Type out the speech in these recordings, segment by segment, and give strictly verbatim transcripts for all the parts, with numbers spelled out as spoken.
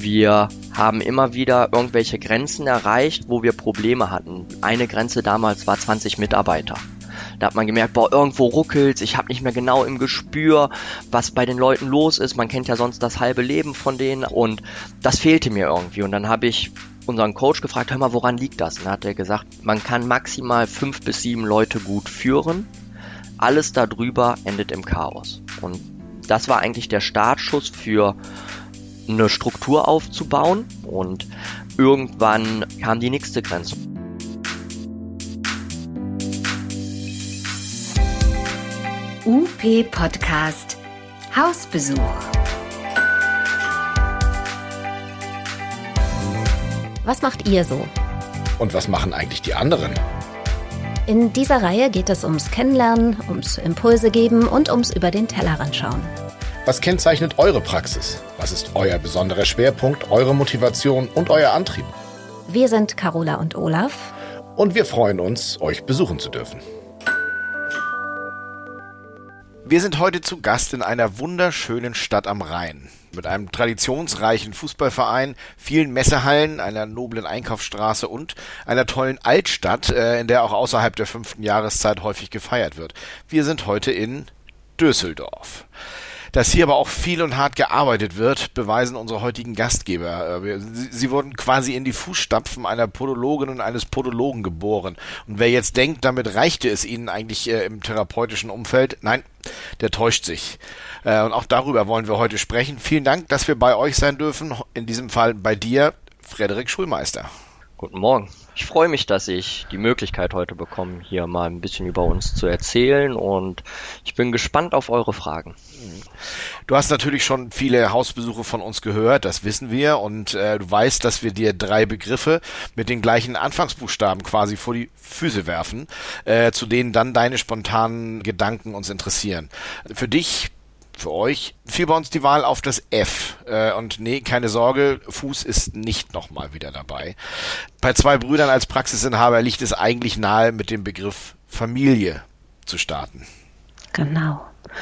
Wir haben immer wieder irgendwelche Grenzen erreicht, wo wir Probleme hatten. Eine Grenze damals war zwanzig Mitarbeiter. Da hat man gemerkt, boah, irgendwo ruckelt's, ich habe nicht mehr genau im Gespür, was bei den Leuten los ist. Man kennt ja sonst das halbe Leben von denen und das fehlte mir irgendwie. Und dann habe ich unseren Coach gefragt, hör mal, woran liegt das? Und dann hat er gesagt, man kann maximal fünf bis sieben Leute gut führen. Alles darüber endet im Chaos. Und das war eigentlich der Startschuss für eine Struktur aufzubauen. Und irgendwann kam die nächste Grenze. U P Podcast Hausbesuch. Was macht ihr so? Und was machen eigentlich die anderen? In dieser Reihe geht es ums Kennenlernen, ums Impulse geben und ums über den Tellerrand schauen. Was kennzeichnet eure Praxis? Was ist euer besonderer Schwerpunkt, eure Motivation und euer Antrieb? Wir sind Carola und Olaf. Und wir freuen uns, euch besuchen zu dürfen. Wir sind heute zu Gast in einer wunderschönen Stadt am Rhein. Mit einem traditionsreichen Fußballverein, vielen Messehallen, einer noblen Einkaufsstraße und einer tollen Altstadt, in der auch außerhalb der fünften Jahreszeit häufig gefeiert wird. Wir sind heute in Düsseldorf. Dass hier aber auch viel und hart gearbeitet wird, beweisen unsere heutigen Gastgeber. Sie wurden quasi in die Fußstapfen einer Podologin und eines Podologen geboren. Und wer jetzt denkt, damit reichte es ihnen eigentlich im therapeutischen Umfeld, nein, der täuscht sich. Und auch darüber wollen wir heute sprechen. Vielen Dank, dass wir bei euch sein dürfen. In diesem Fall bei dir, Frederik Schulmeister. Guten Morgen. Ich freue mich, dass ich die Möglichkeit heute bekomme, hier mal ein bisschen über uns zu erzählen und ich bin gespannt auf eure Fragen. Du hast natürlich schon viele Hausbesuche von uns gehört, das wissen wir und äh, du weißt, dass wir dir drei Begriffe mit den gleichen Anfangsbuchstaben quasi vor die Füße werfen, äh, zu denen dann deine spontanen Gedanken uns interessieren. Für dich, für euch fiel bei uns die Wahl auf das F. Äh, und nee, keine Sorge, Fuß ist nicht nochmal wieder dabei. Bei zwei Brüdern als Praxisinhaber liegt es eigentlich nahe, mit dem Begriff Familie zu starten. Genau.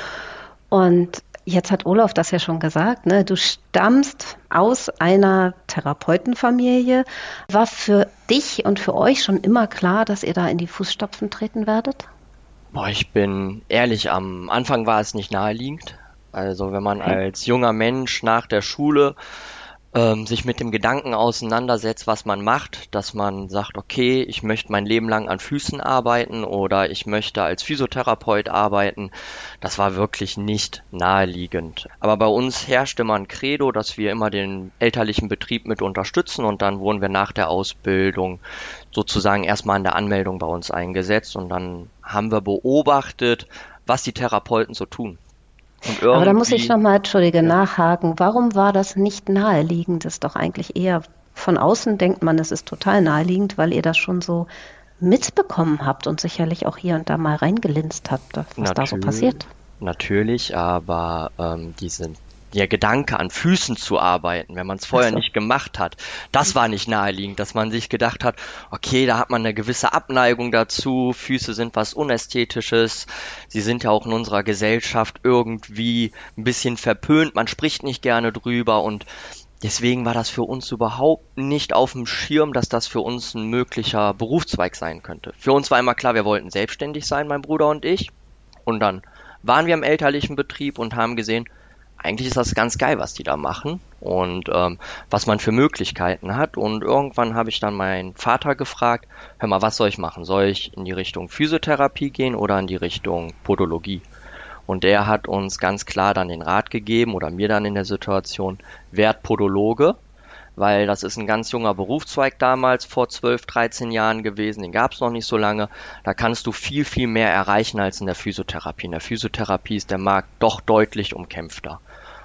Und jetzt hat Olaf das ja schon gesagt, ne? Du stammst aus einer Therapeutenfamilie. War für dich und für euch schon immer klar, dass ihr da in die Fußstapfen treten werdet? Boah, ich bin ehrlich, am Anfang war es nicht naheliegend. Also wenn man als junger Mensch nach der Schule ähm, sich mit dem Gedanken auseinandersetzt, was man macht, dass man sagt, okay, ich möchte mein Leben lang an Füßen arbeiten oder ich möchte als Physiotherapeut arbeiten, das war wirklich nicht naheliegend. Aber bei uns herrscht immer ein Credo, dass wir immer den elterlichen Betrieb mit unterstützen und dann wurden wir nach der Ausbildung sozusagen erstmal an der Anmeldung bei uns eingesetzt und dann haben wir beobachtet, was die Therapeuten so tun. Aber da muss ich nochmal, entschuldige, ja. nachhaken. Warum war das nicht naheliegend? Das ist doch eigentlich eher von außen denkt man, es ist total naheliegend, weil ihr das schon so mitbekommen habt und sicherlich auch hier und da mal reingelinst habt, was natürlich, da so passiert. Natürlich, aber ähm, diese der Gedanke, an Füßen zu arbeiten, wenn man es vorher so. nicht gemacht hat, das war nicht naheliegend, dass man sich gedacht hat, okay, da hat man eine gewisse Abneigung dazu, Füße sind was Unästhetisches, sie sind ja auch in unserer Gesellschaft irgendwie ein bisschen verpönt, man spricht nicht gerne drüber und deswegen war das für uns überhaupt nicht auf dem Schirm, dass das für uns ein möglicher Berufszweig sein könnte. Für uns war immer klar, wir wollten selbstständig sein, mein Bruder und ich, und dann waren wir im elterlichen Betrieb und haben gesehen, eigentlich ist das ganz geil, was die da machen und ähm, was man für Möglichkeiten hat. Und irgendwann habe ich dann meinen Vater gefragt, hör mal, was soll ich machen? Soll ich in die Richtung Physiotherapie gehen oder in die Richtung Podologie? Und der hat uns ganz klar dann den Rat gegeben oder mir dann in der Situation, werd Podologe, weil das ist ein ganz junger Berufszweig damals vor zwölf, dreizehn Jahren gewesen, den gab es noch nicht so lange. Da kannst du viel, viel mehr erreichen als in der Physiotherapie. In der Physiotherapie ist der Markt doch deutlich umkämpfter.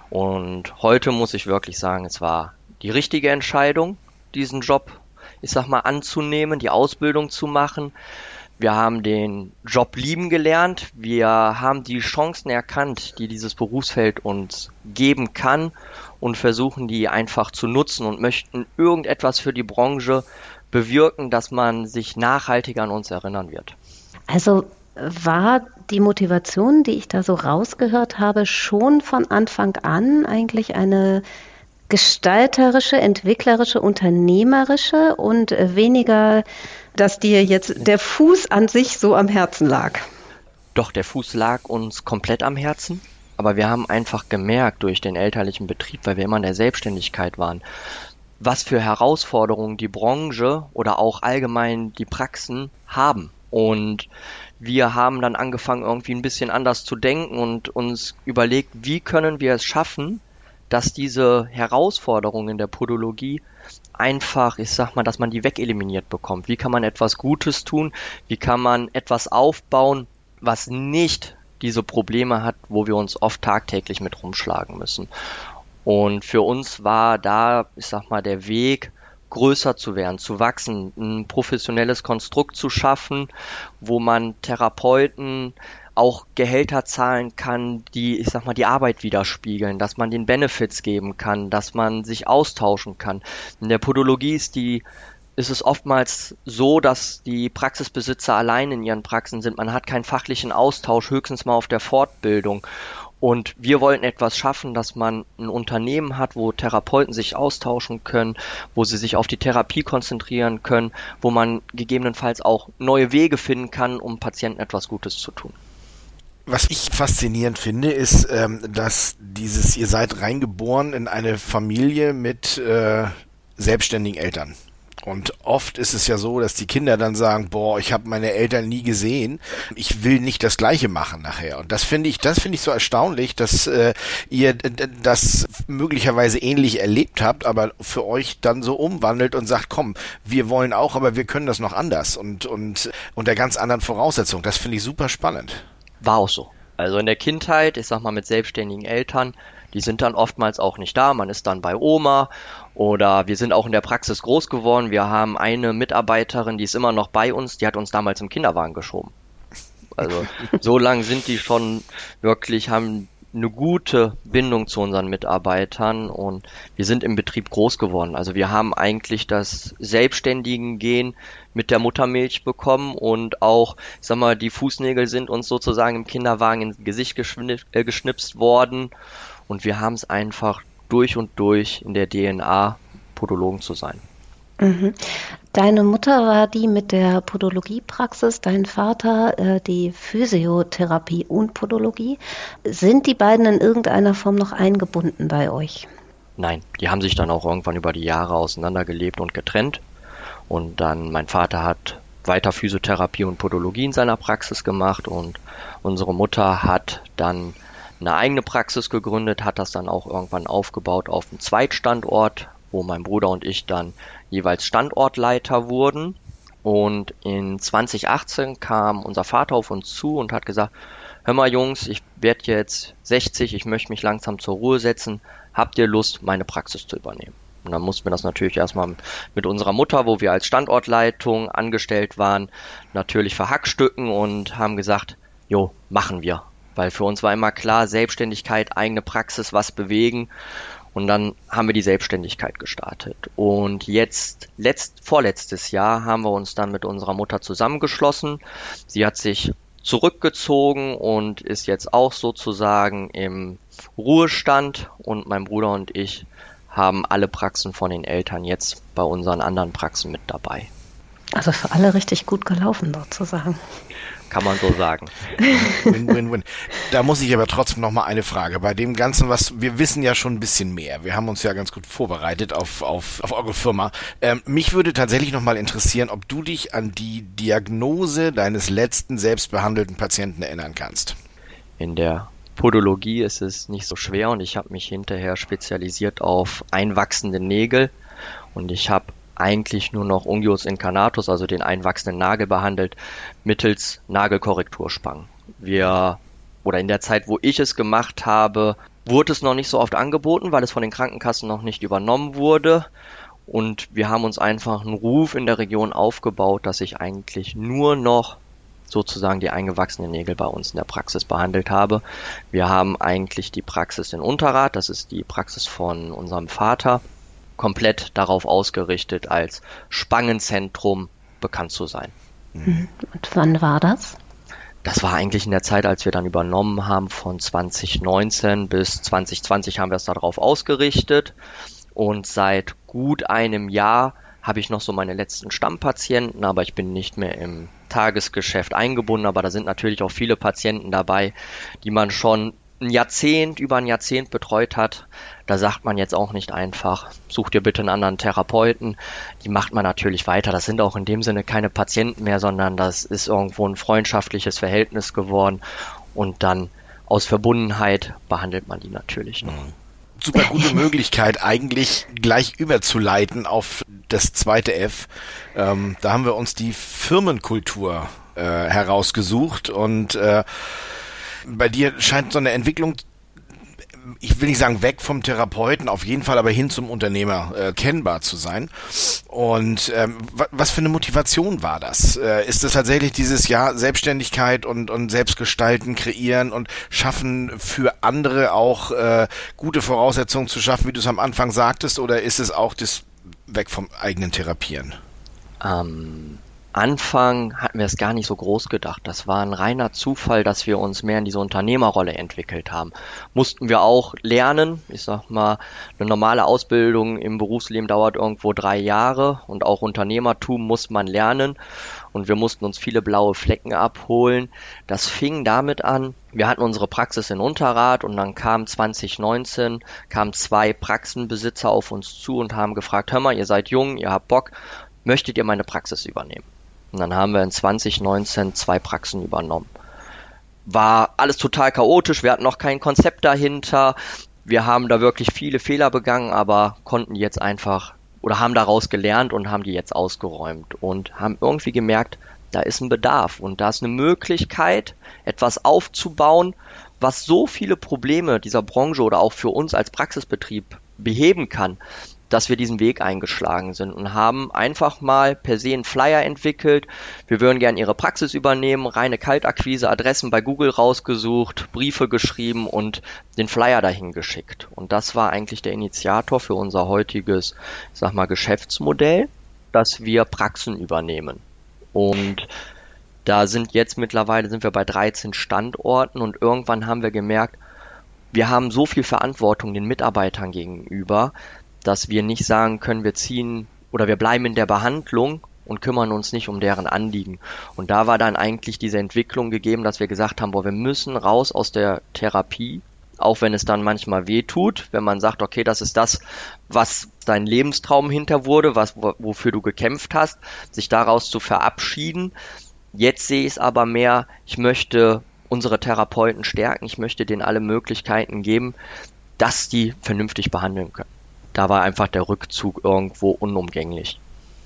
Und heute muss ich wirklich sagen, es war die richtige Entscheidung, diesen Job, ich sag mal, anzunehmen, die Ausbildung zu machen. Wir haben den Job lieben gelernt, wir haben die Chancen erkannt, die dieses Berufsfeld uns geben kann und versuchen die einfach zu nutzen und möchten irgendetwas für die Branche bewirken, dass man sich nachhaltig an uns erinnern wird. Also war die Motivation, die ich da so rausgehört habe, schon von Anfang an eigentlich eine gestalterische, entwicklerische, unternehmerische und weniger, dass dir jetzt der Fuß an sich so am Herzen lag? Doch, der Fuß lag uns komplett am Herzen, aber wir haben einfach gemerkt durch den elterlichen Betrieb, weil wir immer in der Selbstständigkeit waren, was für Herausforderungen die Branche oder auch allgemein die Praxen haben. Und wir haben dann angefangen, irgendwie ein bisschen anders zu denken und uns überlegt, wie können wir es schaffen, dass diese Herausforderungen in der Podologie einfach, ich sag mal, dass man die wegeliminiert bekommt. Wie kann man etwas Gutes tun? Wie kann man etwas aufbauen, was nicht diese Probleme hat, wo wir uns oft tagtäglich mit rumschlagen müssen? Und für uns war da, ich sag mal, der Weg, größer zu werden, zu wachsen, ein professionelles Konstrukt zu schaffen, wo man Therapeuten auch Gehälter zahlen kann, die, ich sag mal, die Arbeit widerspiegeln, dass man den Benefits geben kann, dass man sich austauschen kann. In der Podologie ist die ist es oftmals so, dass die Praxisbesitzer allein in ihren Praxen sind. Man hat keinen fachlichen Austausch, höchstens mal auf der Fortbildung. Und wir wollten etwas schaffen, dass man ein Unternehmen hat, wo Therapeuten sich austauschen können, wo sie sich auf die Therapie konzentrieren können, wo man gegebenenfalls auch neue Wege finden kann, um Patienten etwas Gutes zu tun. Was ich faszinierend finde, ist, ähm, dass dieses, ihr seid reingeboren in eine Familie mit äh, selbstständigen Eltern. Und oft ist es ja so, dass die Kinder dann sagen, boah, ich habe meine Eltern nie gesehen, ich will nicht das Gleiche machen nachher. Und das finde ich, das finde ich so erstaunlich, dass äh, ihr d- das möglicherweise ähnlich erlebt habt, aber für euch dann so umwandelt und sagt, komm, wir wollen auch, aber wir können das noch anders und und unter ganz anderen Voraussetzungen. Das finde ich super spannend. War auch so. Also in der Kindheit, ich sag mal mit selbstständigen Eltern, die sind dann oftmals auch nicht da, man ist dann bei Oma oder wir sind auch in der Praxis groß geworden. Wir haben eine Mitarbeiterin, die ist immer noch bei uns, die hat uns damals im Kinderwagen geschoben. Also so lang sind die schon wirklich, haben eine gute Bindung zu unseren Mitarbeitern und wir sind im Betrieb groß geworden. Also wir haben eigentlich das Selbstständigen-Gehen mit der Muttermilch bekommen und auch, ich sag mal, die Fußnägel sind uns sozusagen im Kinderwagen ins Gesicht geschnip- äh, geschnipst worden. Und wir haben es einfach durch und durch in der D N A, Podologen zu sein. Mhm. Deine Mutter war die mit der Podologiepraxis, dein Vater äh, die Physiotherapie und Podologie. Sind die beiden in irgendeiner Form noch eingebunden bei euch? Nein, die haben sich dann auch irgendwann über die Jahre auseinandergelebt und getrennt. Und dann, mein Vater hat weiter Physiotherapie und Podologie in seiner Praxis gemacht und unsere Mutter hat dann eine eigene Praxis gegründet, hat das dann auch irgendwann aufgebaut auf einem Zweitstandort, wo mein Bruder und ich dann jeweils Standortleiter wurden. Und in zwanzig achtzehn kam unser Vater auf uns zu und hat gesagt, hör mal Jungs, ich werde jetzt sechzig, ich möchte mich langsam zur Ruhe setzen, habt ihr Lust, meine Praxis zu übernehmen? Und dann mussten wir das natürlich erstmal mit unserer Mutter, wo wir als Standortleitung angestellt waren, natürlich verhackstücken und haben gesagt, jo, machen wir. Weil für uns war immer klar, Selbstständigkeit, eigene Praxis, was bewegen. Und dann haben wir die Selbstständigkeit gestartet. Und jetzt, letzt, vorletztes Jahr, haben wir uns dann mit unserer Mutter zusammengeschlossen. Sie hat sich zurückgezogen und ist jetzt auch sozusagen im Ruhestand. Und mein Bruder und ich haben alle Praxen von den Eltern jetzt bei unseren anderen Praxen mit dabei. Also für alle richtig gut gelaufen, sozusagen. Kann man so sagen. Win, win, win. Da muss ich aber trotzdem noch mal eine Frage. Bei dem Ganzen, was wir wissen ja schon ein bisschen mehr. Wir haben uns ja ganz gut vorbereitet auf auf auf eure Firma. Ähm, mich würde tatsächlich noch mal interessieren, ob du dich an die Diagnose deines letzten selbstbehandelten Patienten erinnern kannst. In der Podologie ist es nicht so schwer und ich habe mich hinterher spezialisiert auf einwachsende Nägel und ich habe eigentlich nur noch Unguius incarnatus, also den einwachsenden Nagel, behandelt mittels Nagelkorrekturspangen. Wir, oder in der Zeit, wo ich es gemacht habe, wurde es noch nicht so oft angeboten, weil es von den Krankenkassen noch nicht übernommen wurde. Und wir haben uns einfach einen Ruf in der Region aufgebaut, dass ich eigentlich nur noch sozusagen die eingewachsenen Nägel bei uns in der Praxis behandelt habe. Wir haben eigentlich die Praxis in Unterrath, das ist die Praxis von unserem Vater, komplett darauf ausgerichtet, als Spangenzentrum bekannt zu sein. Und wann war das? Das war eigentlich in der Zeit, als wir dann übernommen haben, von zwanzig neunzehn bis zwanzig zwanzig haben wir es darauf ausgerichtet. Und seit gut einem Jahr habe ich noch so meine letzten Stammpatienten, aber ich bin nicht mehr im Tagesgeschäft eingebunden. Aber da sind natürlich auch viele Patienten dabei, die man schon ein Jahrzehnt, über ein Jahrzehnt betreut hat. Da sagt man jetzt auch nicht einfach, such dir bitte einen anderen Therapeuten. Die macht man natürlich weiter. Das sind auch in dem Sinne keine Patienten mehr, sondern das ist irgendwo ein freundschaftliches Verhältnis geworden. Und dann aus Verbundenheit behandelt man die natürlich noch. Super gute Möglichkeit, eigentlich gleich überzuleiten auf das zweite F. Ähm, da haben wir uns die Firmenkultur äh, herausgesucht und äh, bei dir scheint so eine Entwicklung, ich will nicht sagen weg vom Therapeuten, auf jeden Fall aber hin zum Unternehmer äh, kennbar zu sein. Und ähm, was für eine Motivation war das? Äh, ist es tatsächlich dieses Jahr Selbstständigkeit und, und Selbstgestalten, kreieren und schaffen für andere auch äh, gute Voraussetzungen zu schaffen, wie du es am Anfang sagtest, oder ist es auch das weg vom eigenen Therapieren? Am Anfang hatten wir es gar nicht so groß gedacht. Das war ein reiner Zufall, dass wir uns mehr in diese Unternehmerrolle entwickelt haben. Mussten wir auch lernen. Ich sag mal, eine normale Ausbildung im Berufsleben dauert irgendwo drei Jahre und auch Unternehmertum muss man lernen. Und wir mussten uns viele blaue Flecken abholen. Das fing damit an, wir hatten unsere Praxis in Unterrad und dann kam zwanzig neunzehn, kamen zwei Praxenbesitzer auf uns zu und haben gefragt, hör mal, ihr seid jung, ihr habt Bock, möchtet ihr meine Praxis übernehmen? Und dann haben wir in zwanzig neunzehn zwei Praxen übernommen. War alles total chaotisch, wir hatten noch kein Konzept dahinter. Wir haben da wirklich viele Fehler begangen, aber konnten jetzt einfach oder haben daraus gelernt und haben die jetzt ausgeräumt und haben irgendwie gemerkt, da ist ein Bedarf und da ist eine Möglichkeit, etwas aufzubauen, was so viele Probleme dieser Branche oder auch für uns als Praxisbetrieb beheben kann, dass wir diesen Weg eingeschlagen sind und haben einfach mal per se einen Flyer entwickelt. Wir würden gerne Ihre Praxis übernehmen, reine Kaltakquise, Adressen bei Google rausgesucht, Briefe geschrieben und den Flyer dahin geschickt. Und das war eigentlich der Initiator für unser heutiges, ich sag mal, Geschäftsmodell, dass wir Praxen übernehmen. Und da sind jetzt mittlerweile sind wir bei dreizehn Standorten und irgendwann haben wir gemerkt, wir haben so viel Verantwortung den Mitarbeitern gegenüber, dass wir nicht sagen können, wir ziehen oder wir bleiben in der Behandlung und kümmern uns nicht um deren Anliegen. Und da war dann eigentlich diese Entwicklung gegeben, dass wir gesagt haben, boah, wir müssen raus aus der Therapie, auch wenn es dann manchmal weh tut, wenn man sagt, okay, das ist das, was dein Lebenstraum hinter wurde, was, wofür du gekämpft hast, sich daraus zu verabschieden. Jetzt sehe ich es aber mehr, ich möchte unsere Therapeuten stärken, ich möchte denen alle Möglichkeiten geben, dass die vernünftig behandeln können. Da war einfach der Rückzug irgendwo unumgänglich.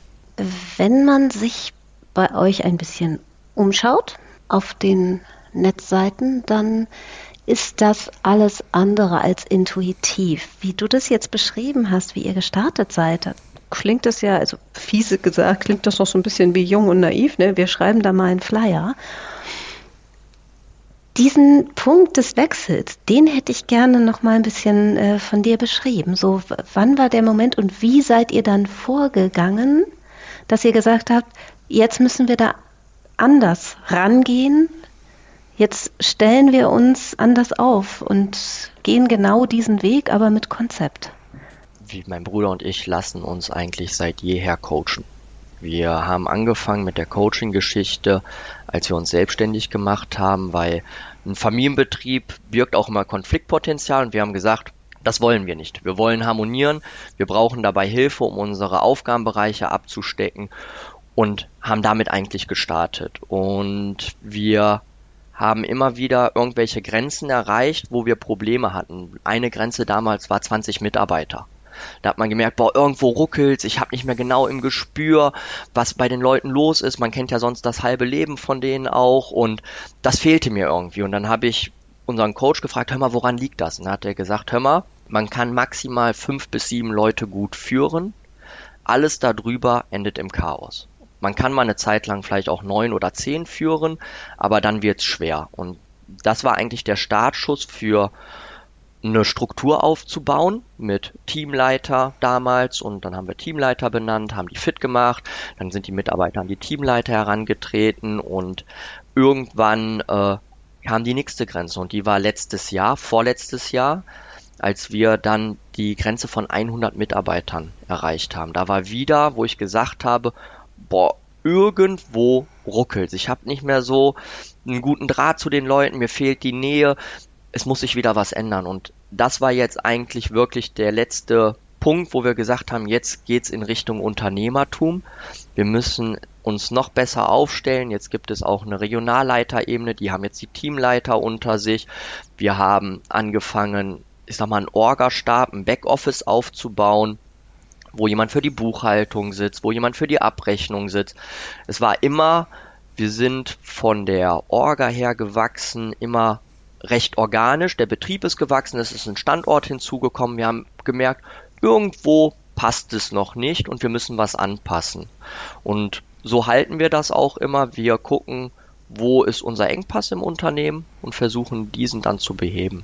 Wenn man sich bei euch ein bisschen umschaut auf den Netzseiten, dann ist das alles andere als intuitiv. Wie du das jetzt beschrieben hast, wie ihr gestartet seid, da klingt das ja, also fiese gesagt, klingt das noch so ein bisschen wie jung und naiv, ne? Wir schreiben da mal einen Flyer. Diesen Punkt des Wechsels, den hätte ich gerne noch mal ein bisschen äh, von dir beschrieben. So, w- wann war der Moment und wie seid ihr dann vorgegangen, dass ihr gesagt habt, jetzt müssen wir da anders rangehen, jetzt stellen wir uns anders auf und gehen genau diesen Weg, aber mit Konzept. Wie mein Bruder und ich lassen uns eigentlich seit jeher coachen. Wir haben angefangen mit der Coaching-Geschichte, als wir uns selbstständig gemacht haben, weil ein Familienbetrieb birgt auch immer Konfliktpotenzial und wir haben gesagt, das wollen wir nicht. Wir wollen harmonieren, wir brauchen dabei Hilfe, um unsere Aufgabenbereiche abzustecken und haben damit eigentlich gestartet. Und wir haben immer wieder irgendwelche Grenzen erreicht, wo wir Probleme hatten. Eine Grenze damals war zwanzig Mitarbeiter. Da hat man gemerkt, boah, irgendwo ruckelt's, ich habe nicht mehr genau im Gespür, was bei den Leuten los ist. Man kennt ja sonst das halbe Leben von denen auch und das fehlte mir irgendwie. Und dann habe ich unseren Coach gefragt, hör mal, woran liegt das? Und dann hat er gesagt, hör mal, man kann maximal fünf bis sieben Leute gut führen, alles darüber endet im Chaos. Man kann mal eine Zeit lang vielleicht auch neun oder zehn führen, aber dann wird's schwer. Und das war eigentlich der Startschuss für eine Struktur aufzubauen mit Teamleiter damals und dann haben wir Teamleiter benannt, haben die fit gemacht, dann sind die Mitarbeiter an die Teamleiter herangetreten und irgendwann äh, kam die nächste Grenze und die war letztes Jahr, vorletztes Jahr, als wir dann die Grenze von hundert Mitarbeitern erreicht haben. Da war wieder, wo ich gesagt habe, boah, irgendwo ruckelt. Ich habe nicht mehr so einen guten Draht zu den Leuten, mir fehlt die Nähe, es muss sich wieder was ändern. Und das war jetzt eigentlich wirklich der letzte Punkt, wo wir gesagt haben, jetzt geht's in Richtung Unternehmertum. Wir müssen uns noch besser aufstellen. Jetzt gibt es auch eine Regionalleiterebene, die haben jetzt die Teamleiter unter sich. Wir haben angefangen, ich sag mal, einen Orga-Stab, ein Backoffice aufzubauen, wo jemand für die Buchhaltung sitzt, wo jemand für die Abrechnung sitzt. Es war immer, wir sind von der Orga her gewachsen, immer recht organisch. Der Betrieb ist gewachsen, es ist ein Standort hinzugekommen. Wir haben gemerkt, irgendwo passt es noch nicht und wir müssen was anpassen. Und so halten wir das auch immer. Wir gucken, wo ist unser Engpass im Unternehmen und versuchen, diesen dann zu beheben.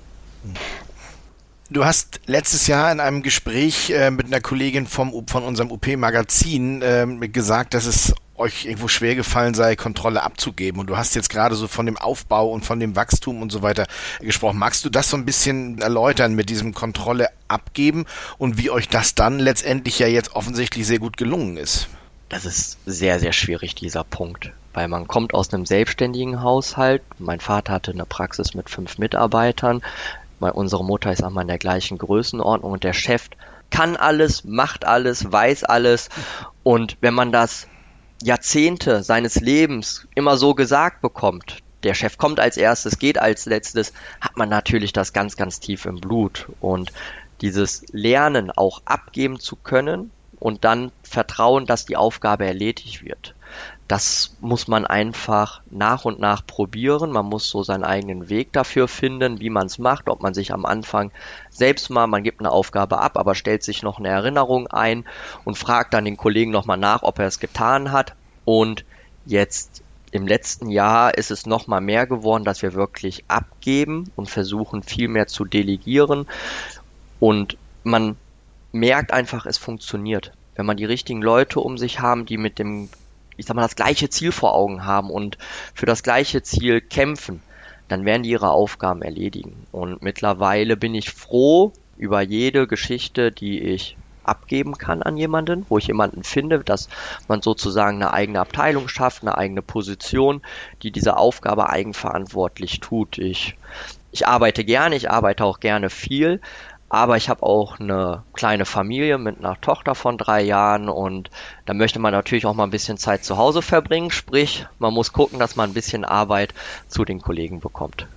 Du hast letztes Jahr in einem Gespräch äh, mit einer Kollegin vom, von unserem U P-Magazin äh, gesagt, dass es euch irgendwo schwer gefallen sei, Kontrolle abzugeben. Und du hast jetzt gerade so von dem Aufbau und von dem Wachstum und so weiter gesprochen. Magst du das so ein bisschen erläutern mit diesem Kontrolle abgeben und wie euch das dann letztendlich ja jetzt offensichtlich sehr gut gelungen ist? Das ist sehr, sehr schwierig, dieser Punkt. Weil man kommt aus einem selbstständigen Haushalt. Mein Vater hatte eine Praxis mit fünf Mitarbeitern. Weil unsere Mutter ist auch mal in der gleichen Größenordnung und der Chef kann alles, macht alles, weiß alles. Und wenn man das Jahrzehnte seines Lebens immer so gesagt bekommt, der Chef kommt als erstes, geht als letztes, hat man natürlich das ganz, ganz tief im Blut. Und dieses Lernen auch abgeben zu können und dann vertrauen, dass die Aufgabe erledigt wird. Das muss man einfach nach und nach probieren. Man muss so seinen eigenen Weg dafür finden, wie man es macht. Ob man sich am Anfang selbst mal, man gibt eine Aufgabe ab, aber stellt sich noch eine Erinnerung ein und fragt dann den Kollegen nochmal nach, ob er es getan hat. Und jetzt im letzten Jahr ist es nochmal mehr geworden, dass wir wirklich abgeben und versuchen, viel mehr zu delegieren. Und man merkt einfach, es funktioniert. Wenn man die richtigen Leute um sich haben, die mit dem ich sag mal, das gleiche Ziel vor Augen haben und für das gleiche Ziel kämpfen, dann werden die ihre Aufgaben erledigen. Und mittlerweile bin ich froh über jede Geschichte, die ich abgeben kann an jemanden, wo ich jemanden finde, dass man sozusagen eine eigene Abteilung schafft, eine eigene Position, die diese Aufgabe eigenverantwortlich tut. Ich, ich arbeite gerne, ich arbeite auch gerne viel, aber ich habe auch eine kleine Familie mit einer Tochter von drei Jahren und da möchte man natürlich auch mal ein bisschen Zeit zu Hause verbringen. Sprich, man muss gucken, dass man ein bisschen Arbeit zu den Kollegen bekommt.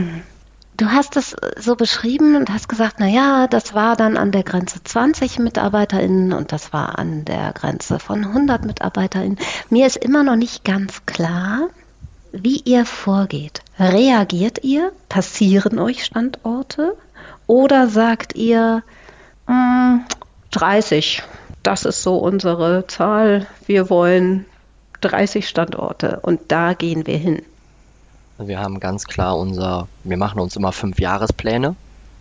Du hast es so beschrieben und hast gesagt, na ja, das war dann an der Grenze zwanzig MitarbeiterInnen und das war an der Grenze von hundert MitarbeiterInnen. Mir ist immer noch nicht ganz klar, wie ihr vorgeht. Reagiert ihr? Passieren euch Standorte? Oder sagt ihr, mh, dreißig, das ist so unsere Zahl, wir wollen dreißig Standorte und da gehen wir hin? Wir haben ganz klar unser, wir machen uns immer fünf Jahrespläne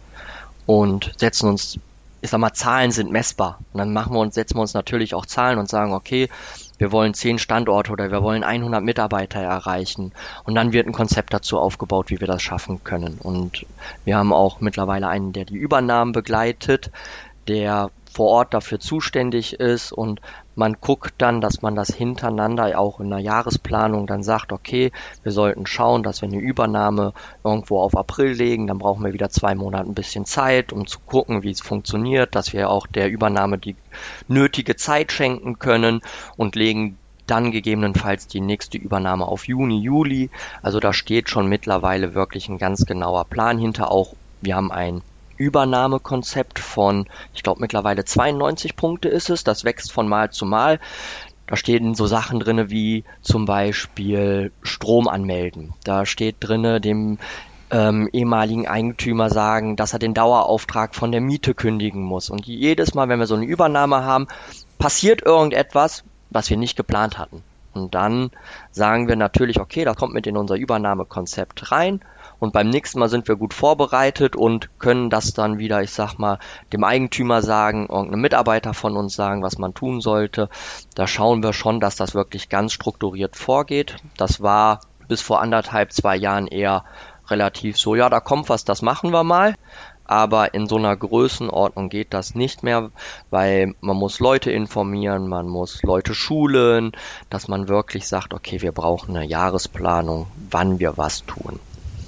und setzen uns, ich sag mal, Zahlen sind messbar. Und dann machen wir uns, setzen wir uns natürlich auch Zahlen und sagen, okay, wir wollen zehn Standorte oder wir wollen hundert Mitarbeiter erreichen. Und dann wird ein Konzept dazu aufgebaut, wie wir das schaffen können. Und wir haben auch mittlerweile einen, der die Übernahmen begleitet, der vor Ort dafür zuständig ist und man guckt dann, dass man das hintereinander auch in der Jahresplanung dann sagt, okay, wir sollten schauen, dass wir eine Übernahme irgendwo auf April legen, dann brauchen wir wieder zwei Monate ein bisschen Zeit, um zu gucken, wie es funktioniert, dass wir auch der Übernahme die nötige Zeit schenken können und legen dann gegebenenfalls die nächste Übernahme auf Juni, Juli. Also da steht schon mittlerweile wirklich ein ganz genauer Plan hinter. Auch wir haben ein Übernahmekonzept von, ich glaube mittlerweile zweiundneunzig Punkte ist es, das wächst von Mal zu Mal. Da stehen so Sachen drinne wie zum Beispiel Strom anmelden. Da steht drinne, dem ähm, ehemaligen Eigentümer sagen, dass er den Dauerauftrag von der Miete kündigen muss. Und jedes Mal, wenn wir so eine Übernahme haben, passiert irgendetwas, was wir nicht geplant hatten. Und dann sagen wir natürlich, okay, das kommt mit in unser Übernahmekonzept rein. Und beim nächsten Mal sind wir gut vorbereitet und können das dann wieder, ich sag mal, dem Eigentümer sagen, irgendeinem Mitarbeiter von uns sagen, was man tun sollte. Da schauen wir schon, dass das wirklich ganz strukturiert vorgeht. Das war bis vor anderthalb, zwei Jahren eher relativ so, ja, da kommt was, das machen wir mal. aber in so einer Größenordnung geht das nicht mehr, weil man muss Leute informieren, man muss Leute schulen, dass man wirklich sagt, okay, wir brauchen eine Jahresplanung, wann wir was tun.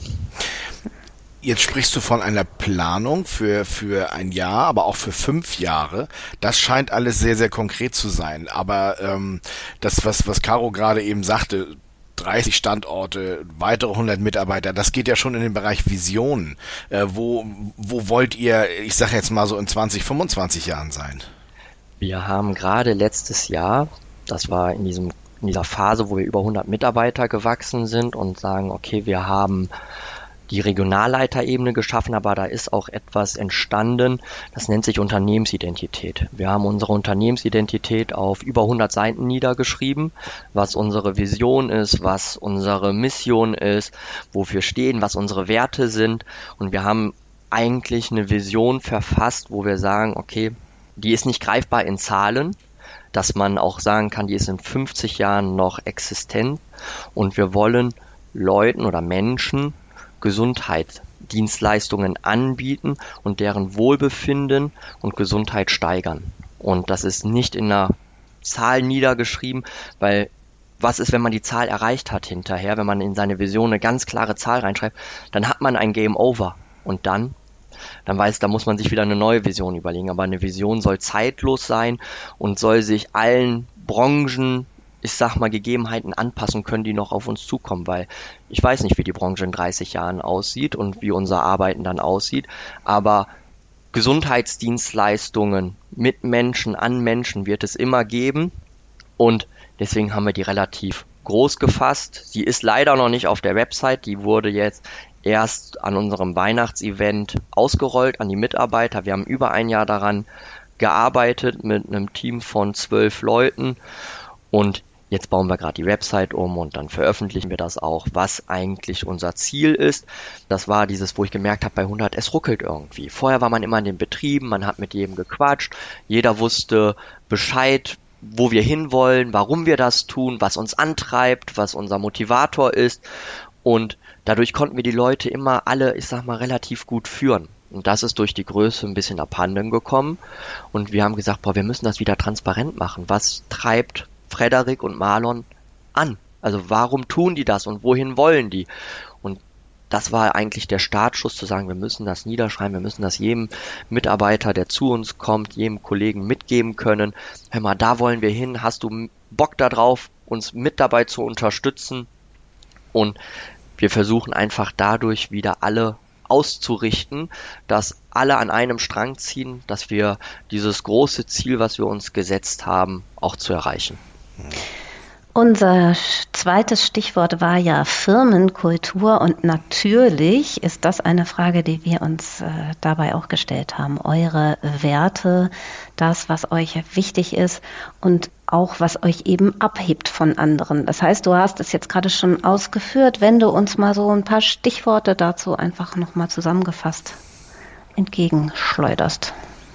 Jetzt sprichst du von einer Planung für für ein Jahr, aber auch für fünf Jahre. Das scheint alles sehr, sehr konkret zu sein. Aber ähm, das, was was Caro gerade eben sagte, dreißig Standorte, weitere hundert Mitarbeiter, das geht ja schon in den Bereich Visionen. Äh, wo wo wollt ihr, ich sage jetzt mal so in zwanzig, fünfundzwanzig Jahren sein? Wir haben gerade letztes Jahr, das war in diesem in dieser Phase, wo wir über hundert Mitarbeiter gewachsen sind und sagen, okay, wir haben die Regionalleiterebene geschaffen, aber da ist auch etwas entstanden, das nennt sich Unternehmensidentität. Wir haben unsere Unternehmensidentität auf über hundert Seiten niedergeschrieben, was unsere Vision ist, was unsere Mission ist, wofür wir stehen, was unsere Werte sind, und wir haben eigentlich eine Vision verfasst, wo wir sagen, okay, die ist nicht greifbar in Zahlen, dass man auch sagen kann, die ist in fünfzig Jahren noch existent, und wir wollen Leuten oder Menschen Gesundheitsdienstleistungen anbieten und deren Wohlbefinden und Gesundheit steigern. Und das ist nicht in einer Zahl niedergeschrieben, weil was ist, wenn man die Zahl erreicht hat hinterher, wenn man in seine Vision eine ganz klare Zahl reinschreibt, dann hat man ein Game Over. Und dann, dann weiß, da muss man sich wieder eine neue Vision überlegen. Aber eine Vision soll zeitlos sein und soll sich allen Branchen, ich sag mal, Gegebenheiten anpassen können, die noch auf uns zukommen, weil ich weiß nicht, wie die Branche in dreißig Jahren aussieht und wie unser Arbeiten dann aussieht, aber Gesundheitsdienstleistungen mit Menschen, an Menschen wird es immer geben, und deswegen haben wir die relativ groß gefasst. Sie ist leider noch nicht auf der Website, die wurde jetzt erst an unserem Weihnachtsevent ausgerollt an die Mitarbeiter. Wir haben über ein Jahr daran gearbeitet mit einem Team von zwölf Leuten, und jetzt bauen wir gerade die Website um und dann veröffentlichen wir das auch, was eigentlich unser Ziel ist. Das war dieses, wo ich gemerkt habe, bei hundert, es ruckelt irgendwie. Vorher war man immer in den Betrieben, man hat mit jedem gequatscht, jeder wusste Bescheid, wo wir hinwollen, warum wir das tun, was uns antreibt, was unser Motivator ist, und dadurch konnten wir die Leute immer alle, ich sag mal, relativ gut führen. Und das ist durch die Größe ein bisschen abhanden gekommen, und wir haben gesagt, boah, wir müssen das wieder transparent machen. Was treibt Frederik und Marlon an? Also warum tun die das und wohin wollen die? Und das war eigentlich der Startschuss, zu sagen, wir müssen das niederschreiben, wir müssen das jedem Mitarbeiter, der zu uns kommt, jedem Kollegen mitgeben können. Hör mal, da wollen wir hin, hast du Bock darauf, uns mit dabei zu unterstützen? Und wir versuchen einfach dadurch wieder alle auszurichten, dass alle an einem Strang ziehen, dass wir dieses große Ziel, was wir uns gesetzt haben, auch zu erreichen. Unser zweites Stichwort war ja Firmenkultur, und natürlich ist das eine Frage, die wir uns äh, dabei auch gestellt haben. Eure Werte, das, was euch wichtig ist und auch was euch eben abhebt von anderen. Das heißt, du hast es jetzt gerade schon ausgeführt, wenn du uns mal so ein paar Stichworte dazu einfach nochmal zusammengefasst entgegenschleuderst.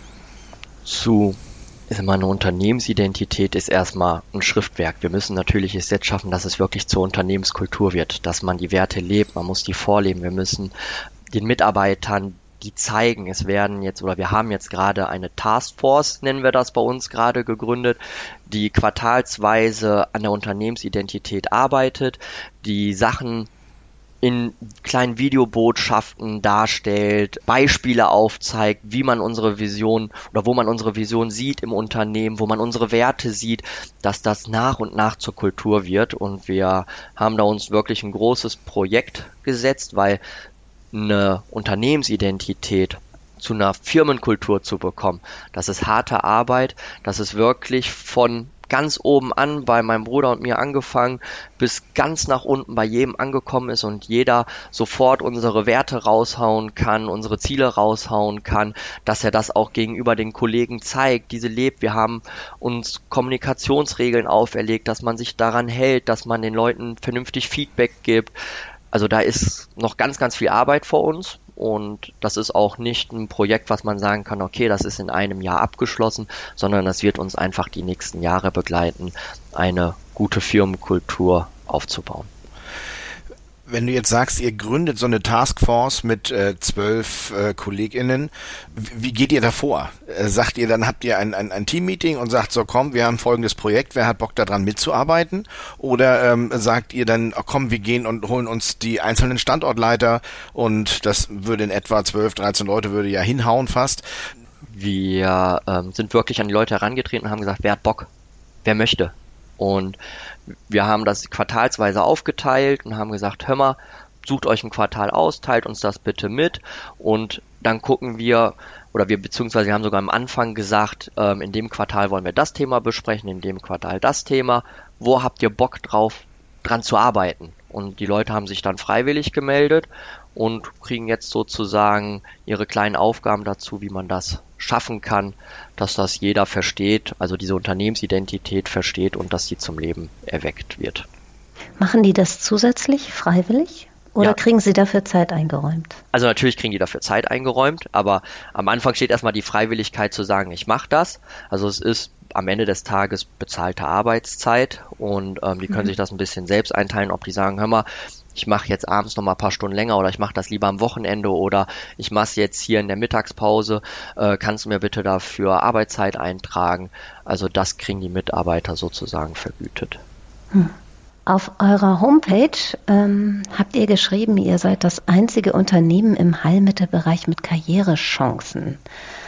Zu ist immer eine Unternehmensidentität ist erstmal ein Schriftwerk. Wir müssen natürlich es jetzt schaffen, dass es wirklich zur Unternehmenskultur wird, dass man die Werte lebt, man muss die vorleben. Wir müssen den Mitarbeitern die zeigen. Es werden jetzt, oder wir haben jetzt gerade eine Taskforce, nennen wir das bei uns gerade, gegründet, die quartalsweise an der Unternehmensidentität arbeitet, die Sachen in kleinen Videobotschaften darstellt, Beispiele aufzeigt, wie man unsere Vision oder wo man unsere Vision sieht im Unternehmen, wo man unsere Werte sieht, dass das nach und nach zur Kultur wird. Und wir haben da uns wirklich ein großes Projekt gesetzt, weil eine Unternehmensidentität zu einer Firmenkultur zu bekommen, das ist harte Arbeit, das ist wirklich von ganz oben an, bei meinem Bruder und mir angefangen, bis ganz nach unten bei jedem angekommen ist und jeder sofort unsere Werte raushauen kann, unsere Ziele raushauen kann, dass er das auch gegenüber den Kollegen zeigt, diese lebt. Wir haben uns Kommunikationsregeln auferlegt, dass man sich daran hält, dass man den Leuten vernünftig Feedback gibt. Also da ist noch ganz, ganz viel Arbeit vor uns. Und das ist auch nicht ein Projekt, was man sagen kann, okay, das ist in einem Jahr abgeschlossen, sondern das wird uns einfach die nächsten Jahre begleiten, eine gute Firmenkultur aufzubauen. Wenn du jetzt sagst, ihr gründet so eine Taskforce mit äh, zwölf äh, KollegInnen, wie geht ihr da vor? Äh, sagt ihr, dann habt ihr ein, ein, ein Teammeeting und sagt so, komm, wir haben folgendes Projekt, wer hat Bock daran mitzuarbeiten? Oder ähm, sagt ihr dann, oh, komm, wir gehen und holen uns die einzelnen Standortleiter und das würde in etwa zwölf, dreizehn Leute würde ja hinhauen fast. Wir ähm, sind wirklich an die Leute herangetreten und haben gesagt, wer hat Bock? Wer möchte? Und wir haben das quartalsweise aufgeteilt und haben gesagt, hör mal, sucht euch ein Quartal aus, teilt uns das bitte mit und dann gucken wir, oder wir beziehungsweise wir haben sogar am Anfang gesagt, ähm, in dem Quartal wollen wir das Thema besprechen, in dem Quartal das Thema, wo habt ihr Bock drauf, dran zu arbeiten? Und die Leute haben sich dann freiwillig gemeldet und kriegen jetzt sozusagen ihre kleinen Aufgaben dazu, wie man das schaffen kann, dass das jeder versteht, also diese Unternehmensidentität versteht und dass sie zum Leben erweckt wird. Machen die das zusätzlich, freiwillig? Oder ja. Kriegen sie dafür Zeit eingeräumt? Also natürlich kriegen die dafür Zeit eingeräumt, aber am Anfang steht erstmal die Freiwilligkeit zu sagen, ich mache das. Also es ist am Ende des Tages bezahlte Arbeitszeit und ähm, die können mhm. sich das ein bisschen selbst einteilen, ob die sagen, hör mal, ich mache jetzt abends noch mal ein paar Stunden länger oder ich mache das lieber am Wochenende oder ich mache es jetzt hier in der Mittagspause, äh, kannst du mir bitte dafür Arbeitszeit eintragen? Also das kriegen die Mitarbeiter sozusagen vergütet. Hm. Auf eurer Homepage ähm, habt ihr geschrieben, ihr seid das einzige Unternehmen im Heilmittelbereich mit Karrierechancen.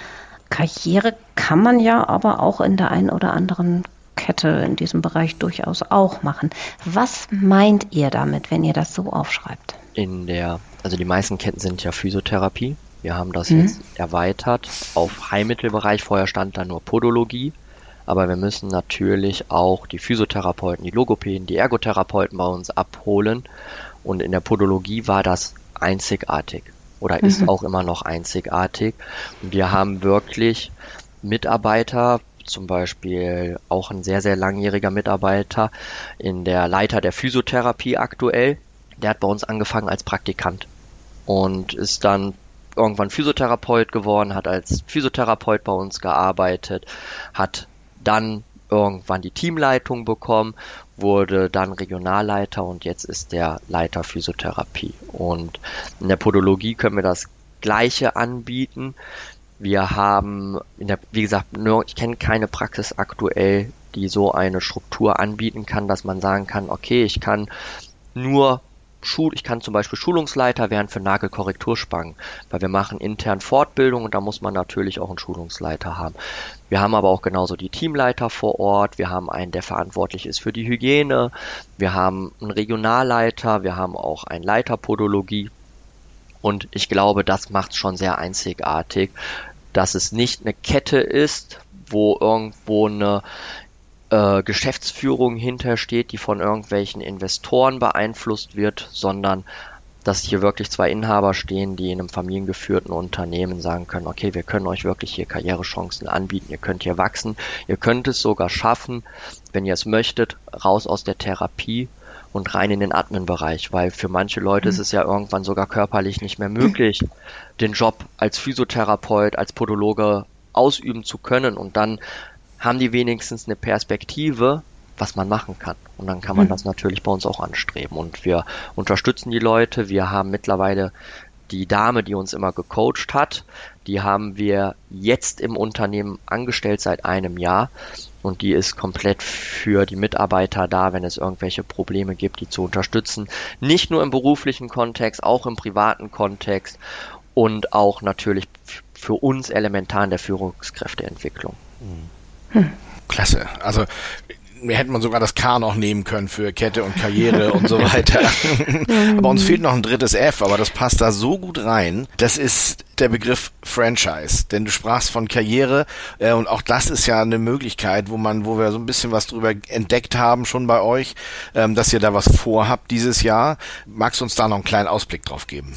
Karriere kann man ja aber auch in der einen oder anderen Kette in diesem Bereich durchaus auch machen. Was meint ihr damit, wenn ihr das so aufschreibt? In der, also die meisten Ketten sind ja Physiotherapie. Wir haben das Mhm. jetzt erweitert auf Heilmittelbereich. Vorher stand da nur Podologie. Aber wir müssen natürlich auch die Physiotherapeuten, die Logopäden, die Ergotherapeuten bei uns abholen. Und in der Podologie war das einzigartig oder ist Mhm. auch immer noch einzigartig. Und wir haben wirklich Mitarbeiter, zum Beispiel auch ein sehr, sehr langjähriger Mitarbeiter in der Leiter der Physiotherapie aktuell. Der hat bei uns angefangen als Praktikant und ist dann irgendwann Physiotherapeut geworden, hat als Physiotherapeut bei uns gearbeitet, hat dann irgendwann die Teamleitung bekommen, wurde dann Regionalleiter und jetzt ist der Leiter Physiotherapie. Und in der Podologie können wir das Gleiche anbieten. Wir haben, in der, wie gesagt, nur, ich kenne keine Praxis aktuell, die so eine Struktur anbieten kann, dass man sagen kann, okay, ich kann nur Schul, ich kann zum Beispiel Schulungsleiter werden für Nagelkorrekturspangen, weil wir machen intern Fortbildung und da muss man natürlich auch einen Schulungsleiter haben. Wir haben aber auch genauso die Teamleiter vor Ort, wir haben einen, der verantwortlich ist für die Hygiene, wir haben einen Regionalleiter, wir haben auch einen Leiter Podologie und ich glaube, das macht es schon sehr einzigartig, dass es nicht eine Kette ist, wo irgendwo eine Äh, Geschäftsführung hintersteht, die von irgendwelchen Investoren beeinflusst wird, sondern dass hier wirklich zwei Inhaber stehen, die in einem familiengeführten Unternehmen sagen können, okay, wir können euch wirklich hier Karrierechancen anbieten, ihr könnt hier wachsen, ihr könnt es sogar schaffen, wenn ihr es möchtet, raus aus der Therapie und rein in den Admin-Bereich, weil für manche Leute mhm. ist es ja irgendwann sogar körperlich nicht mehr möglich, den Job als Physiotherapeut, als Podologe ausüben zu können und dann haben die wenigstens eine Perspektive, was man machen kann. Und dann kann man mhm. das natürlich bei uns auch anstreben. Und wir unterstützen die Leute. Wir haben mittlerweile die Dame, die uns immer gecoacht hat, die haben wir jetzt im Unternehmen angestellt seit einem Jahr. Und die ist komplett für die Mitarbeiter da, wenn es irgendwelche Probleme gibt, die zu unterstützen. Nicht nur im beruflichen Kontext, auch im privaten Kontext und auch natürlich für uns elementar in der Führungskräfteentwicklung. Mhm. Hm. Klasse. Also hätte man sogar das K noch nehmen können für Kette und Karriere und so weiter. Aber uns fehlt noch ein drittes F, aber das passt da so gut rein. Das ist der Begriff Franchise. Denn du sprachst von Karriere äh, und auch das ist ja eine Möglichkeit, wo man, wo wir so ein bisschen was drüber entdeckt haben schon bei euch, ähm, dass ihr da was vorhabt dieses Jahr. Magst du uns da noch einen kleinen Ausblick drauf geben?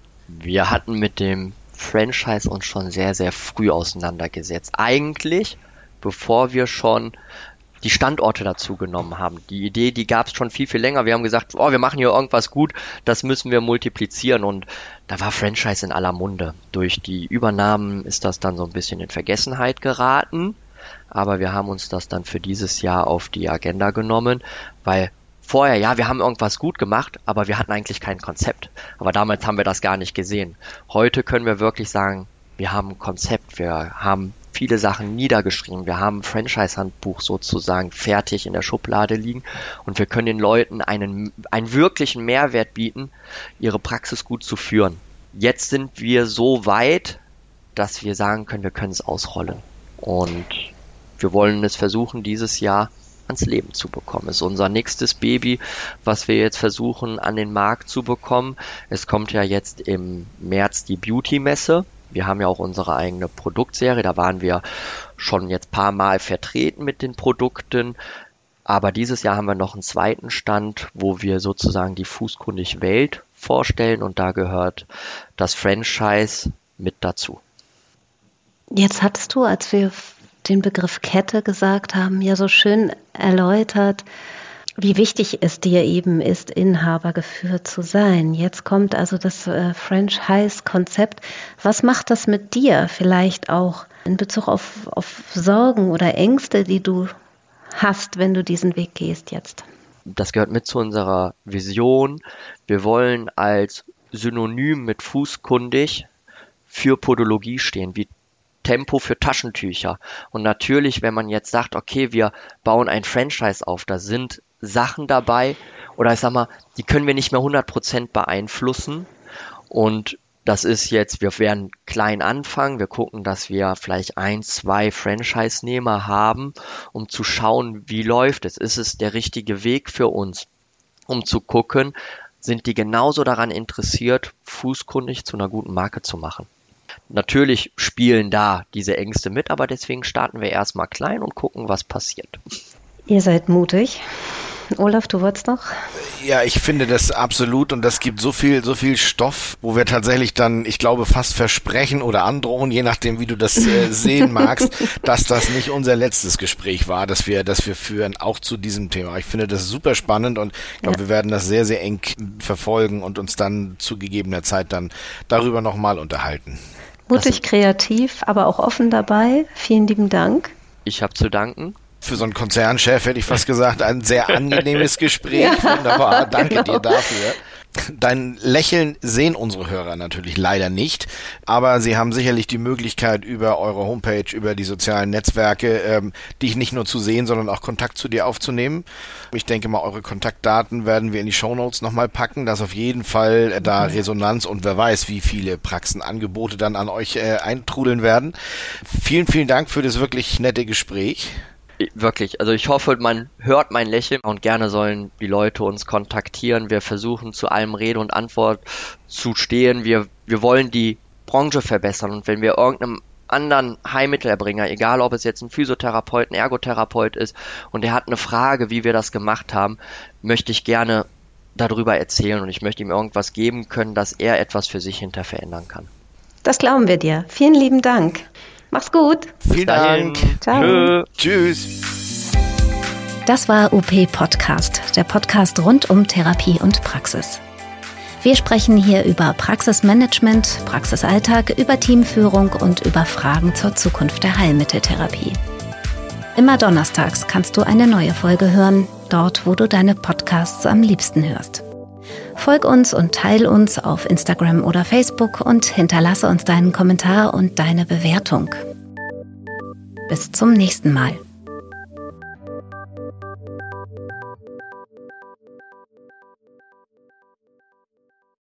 Wir hatten mit dem Franchise uns schon sehr, sehr früh auseinandergesetzt. Eigentlich bevor wir schon die Standorte dazu genommen haben. Die Idee, die gab es schon viel, viel länger. Wir haben gesagt, oh, wir machen hier irgendwas gut, das müssen wir multiplizieren. Und da war Franchise in aller Munde. Durch die Übernahmen ist das dann so ein bisschen in Vergessenheit geraten. Aber wir haben uns das dann für dieses Jahr auf die Agenda genommen, weil vorher, ja, wir haben irgendwas gut gemacht, aber wir hatten eigentlich kein Konzept. Aber damals haben wir das gar nicht gesehen. Heute können wir wirklich sagen, wir haben ein Konzept, wir haben viele Sachen niedergeschrieben, wir haben ein Franchise-Handbuch sozusagen fertig in der Schublade liegen und wir können den Leuten einen, einen wirklichen Mehrwert bieten, ihre Praxis gut zu führen. Jetzt sind wir so weit, dass wir sagen können, wir können es ausrollen. Und wir wollen es versuchen, dieses Jahr ans Leben zu bekommen. Das ist unser nächstes Baby, was wir jetzt versuchen, an den Markt zu bekommen. Es kommt ja jetzt im März die Beauty-Messe. Wir haben ja auch unsere eigene Produktserie, da waren wir schon jetzt ein paar Mal vertreten mit den Produkten, aber dieses Jahr haben wir noch einen zweiten Stand, wo wir sozusagen die Fußkundig Welt vorstellen und da gehört das Franchise mit dazu. Jetzt hattest du, als wir den Begriff Kette gesagt haben, ja so schön erläutert, wie wichtig es dir eben ist, Inhaber geführt zu sein. Jetzt kommt also das äh, Franchise-Konzept. Was macht das mit dir vielleicht auch in Bezug auf, auf Sorgen oder Ängste, die du hast, wenn du diesen Weg gehst jetzt? Das gehört mit zu unserer Vision. Wir wollen als Synonym mit Fußkundig für Podologie stehen, wie Tempo für Taschentücher. Und natürlich, wenn man jetzt sagt, okay, wir bauen ein Franchise auf, da sind Sachen dabei, oder ich sag mal, die können wir nicht mehr hundert Prozent beeinflussen. Und das ist jetzt, wir werden klein anfangen, wir gucken, dass wir vielleicht ein, zwei Franchise-Nehmer haben, um zu schauen, wie läuft es, ist es der richtige Weg für uns, um zu gucken, sind die genauso daran interessiert, Fußkundig zu einer guten Marke zu machen. Natürlich spielen da diese Ängste mit, aber deswegen starten wir erstmal klein und gucken, was passiert. Ihr seid mutig. Olaf, du wolltest noch? Ja, ich finde das absolut und das gibt so viel, so viel Stoff, wo wir tatsächlich dann, ich glaube, fast versprechen oder androhen, je nachdem, wie du das äh, sehen magst, dass das nicht unser letztes Gespräch war, dass wir, dass wir führen, auch zu diesem Thema. Ich finde das super spannend und ich glaube, ja. wir werden das sehr, sehr eng verfolgen und uns dann zu gegebener Zeit dann darüber nochmal unterhalten. Mutig, kreativ, aber auch offen dabei. Vielen lieben Dank. Ich habe zu danken. Für so einen Konzernchef hätte ich fast gesagt, ein sehr angenehmes Gespräch. Ja, wunderbar, danke genau. dir dafür. Dein Lächeln sehen unsere Hörer natürlich leider nicht, aber sie haben sicherlich die Möglichkeit, über eure Homepage, über die sozialen Netzwerke, ähm, dich nicht nur zu sehen, sondern auch Kontakt zu dir aufzunehmen. Ich denke mal, eure Kontaktdaten werden wir in die Shownotes nochmal packen, dass auf jeden Fall äh, da Resonanz und wer weiß, wie viele Praxenangebote dann an euch äh, eintrudeln werden. Vielen, vielen Dank für das wirklich nette Gespräch. Wirklich, also ich hoffe, man hört mein Lächeln und gerne sollen die Leute uns kontaktieren. Wir versuchen zu allem Rede und Antwort zu stehen. Wir, wir wollen die Branche verbessern und wenn wir irgendeinem anderen Heilmittelerbringer, egal ob es jetzt ein Physiotherapeut, ein Ergotherapeut ist und der hat eine Frage, wie wir das gemacht haben, möchte ich gerne darüber erzählen und ich möchte ihm irgendwas geben können, dass er etwas für sich hinter verändern kann. Das glauben wir dir. Vielen lieben Dank. Mach's gut. Vielen Dank. Ciao. Tschö. Tschüss. Das war U P Podcast, der Podcast rund um Therapie und Praxis. Wir sprechen hier über Praxismanagement, Praxisalltag, über Teamführung und über Fragen zur Zukunft der Heilmitteltherapie. Immer donnerstags kannst du eine neue Folge hören, dort, wo du deine Podcasts am liebsten hörst. Folg uns und teil uns auf Instagram oder Facebook und hinterlasse uns deinen Kommentar und deine Bewertung. Bis zum nächsten Mal.